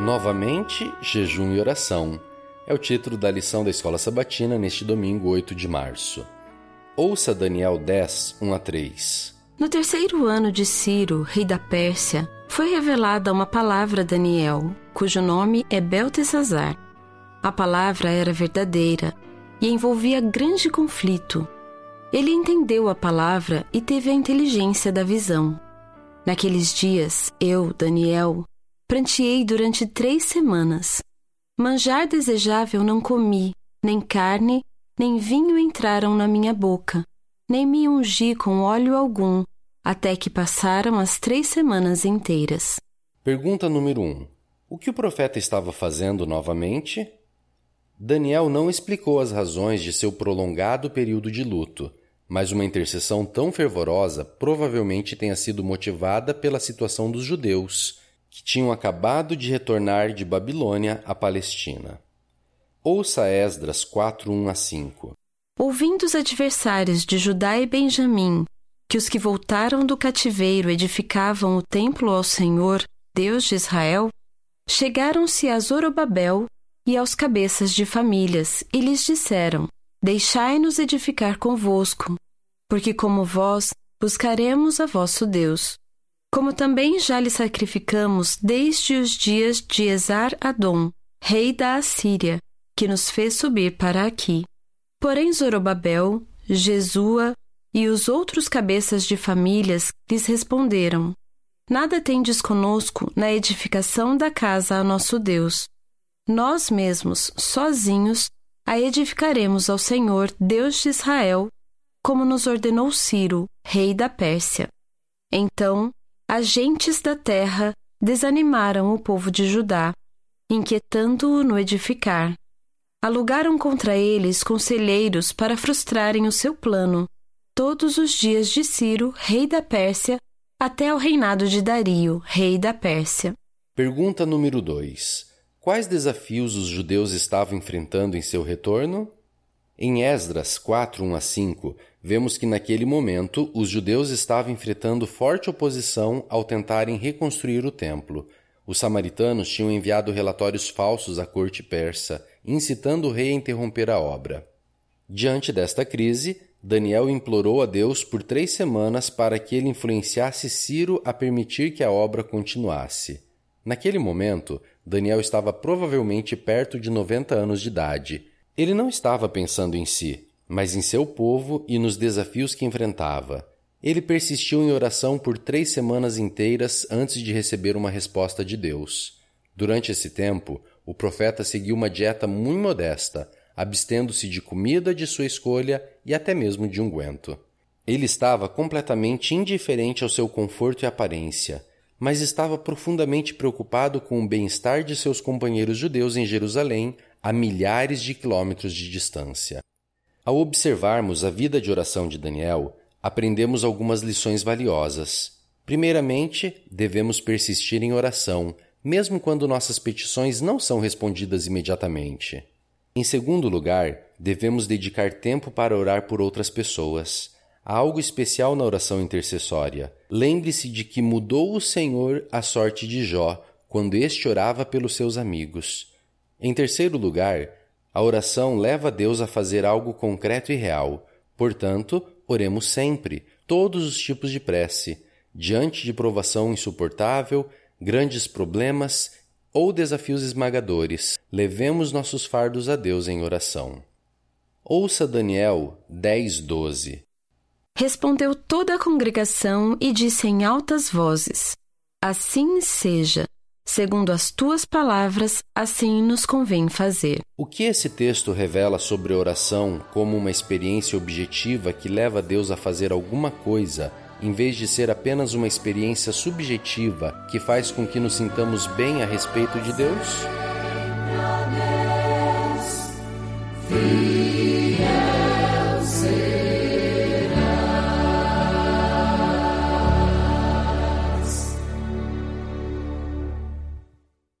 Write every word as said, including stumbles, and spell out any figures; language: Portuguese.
Novamente, jejum e oração. É o título da lição da Escola Sabatina neste domingo, oito de março. Ouça Daniel dez, um a três. No terceiro ano de Ciro, rei da Pérsia, foi revelada uma palavra a Daniel, cujo nome é Beltesazar. A palavra era verdadeira e envolvia grande conflito. Ele entendeu a palavra e teve a inteligência da visão. Naqueles dias, eu, Daniel, pranteei durante três semanas. Manjar desejável não comi, nem carne, nem vinho entraram na minha boca, nem me ungi com óleo algum, até que passaram as três semanas inteiras. Pergunta número um. O que o profeta estava fazendo novamente? Daniel não explicou as razões de seu prolongado período de luto, mas uma intercessão tão fervorosa provavelmente tenha sido motivada pela situação dos judeus, que tinham acabado de retornar de Babilônia à Palestina. Ouça Esdras quatro, um a cinco. Ouvindo os adversários de Judá e Benjamim, que os que voltaram do cativeiro edificavam o templo ao Senhor, Deus de Israel, chegaram-se a Zorobabel e aos cabeças de famílias, e lhes disseram: Deixai-nos edificar convosco, porque como vós, buscaremos a vosso Deus. Como também já lhe sacrificamos desde os dias de Esar-Adom, rei da Assíria, que nos fez subir para aqui. Porém Zorobabel, Jesua e os outros cabeças de famílias lhes responderam: Nada tendes conosco na edificação da casa a nosso Deus. Nós mesmos, sozinhos, a edificaremos ao Senhor, Deus de Israel, como nos ordenou Ciro, rei da Pérsia. Então, as gentes da terra desanimaram o povo de Judá, inquietando-o no edificar. Alugaram contra eles conselheiros para frustrarem o seu plano, todos os dias de Ciro, rei da Pérsia, até ao reinado de Dario, rei da Pérsia. Pergunta número dois. Quais desafios os judeus estavam enfrentando em seu retorno? Em Esdras quatro, um a cinco, vemos que naquele momento os judeus estavam enfrentando forte oposição ao tentarem reconstruir o templo. Os samaritanos tinham enviado relatórios falsos à corte persa, incitando o rei a interromper a obra. Diante desta crise, Daniel implorou a Deus por três semanas para que ele influenciasse Ciro a permitir que a obra continuasse. Naquele momento, Daniel estava provavelmente perto de noventa anos de idade. Ele não estava pensando em si, mas em seu povo e nos desafios que enfrentava. Ele persistiu em oração por três semanas inteiras antes de receber uma resposta de Deus. Durante esse tempo, o profeta seguiu uma dieta muito modesta, abstendo-se de comida de sua escolha e até mesmo de unguento. Ele estava completamente indiferente ao seu conforto e aparência, mas estava profundamente preocupado com o bem-estar de seus companheiros judeus em Jerusalém, a milhares de quilômetros de distância. Ao observarmos a vida de oração de Daniel, aprendemos algumas lições valiosas. Primeiramente, devemos persistir em oração, mesmo quando nossas petições não são respondidas imediatamente. Em segundo lugar, devemos dedicar tempo para orar por outras pessoas. Há algo especial na oração intercessória. Lembre-se de que mudou o Senhor a sorte de Jó quando este orava pelos seus amigos. Em terceiro lugar, a oração leva Deus a fazer algo concreto e real. Portanto, oremos sempre, todos os tipos de prece, diante de provação insuportável, grandes problemas ou desafios esmagadores. Levemos nossos fardos a Deus em oração. Ouça Daniel dez, doze. Respondeu toda a congregação e disse em altas vozes: Assim seja, segundo as tuas palavras, assim nos convém fazer. O que esse texto revela sobre a oração como uma experiência objetiva que leva Deus a fazer alguma coisa, em vez de ser apenas uma experiência subjetiva que faz com que nos sintamos bem a respeito de Deus?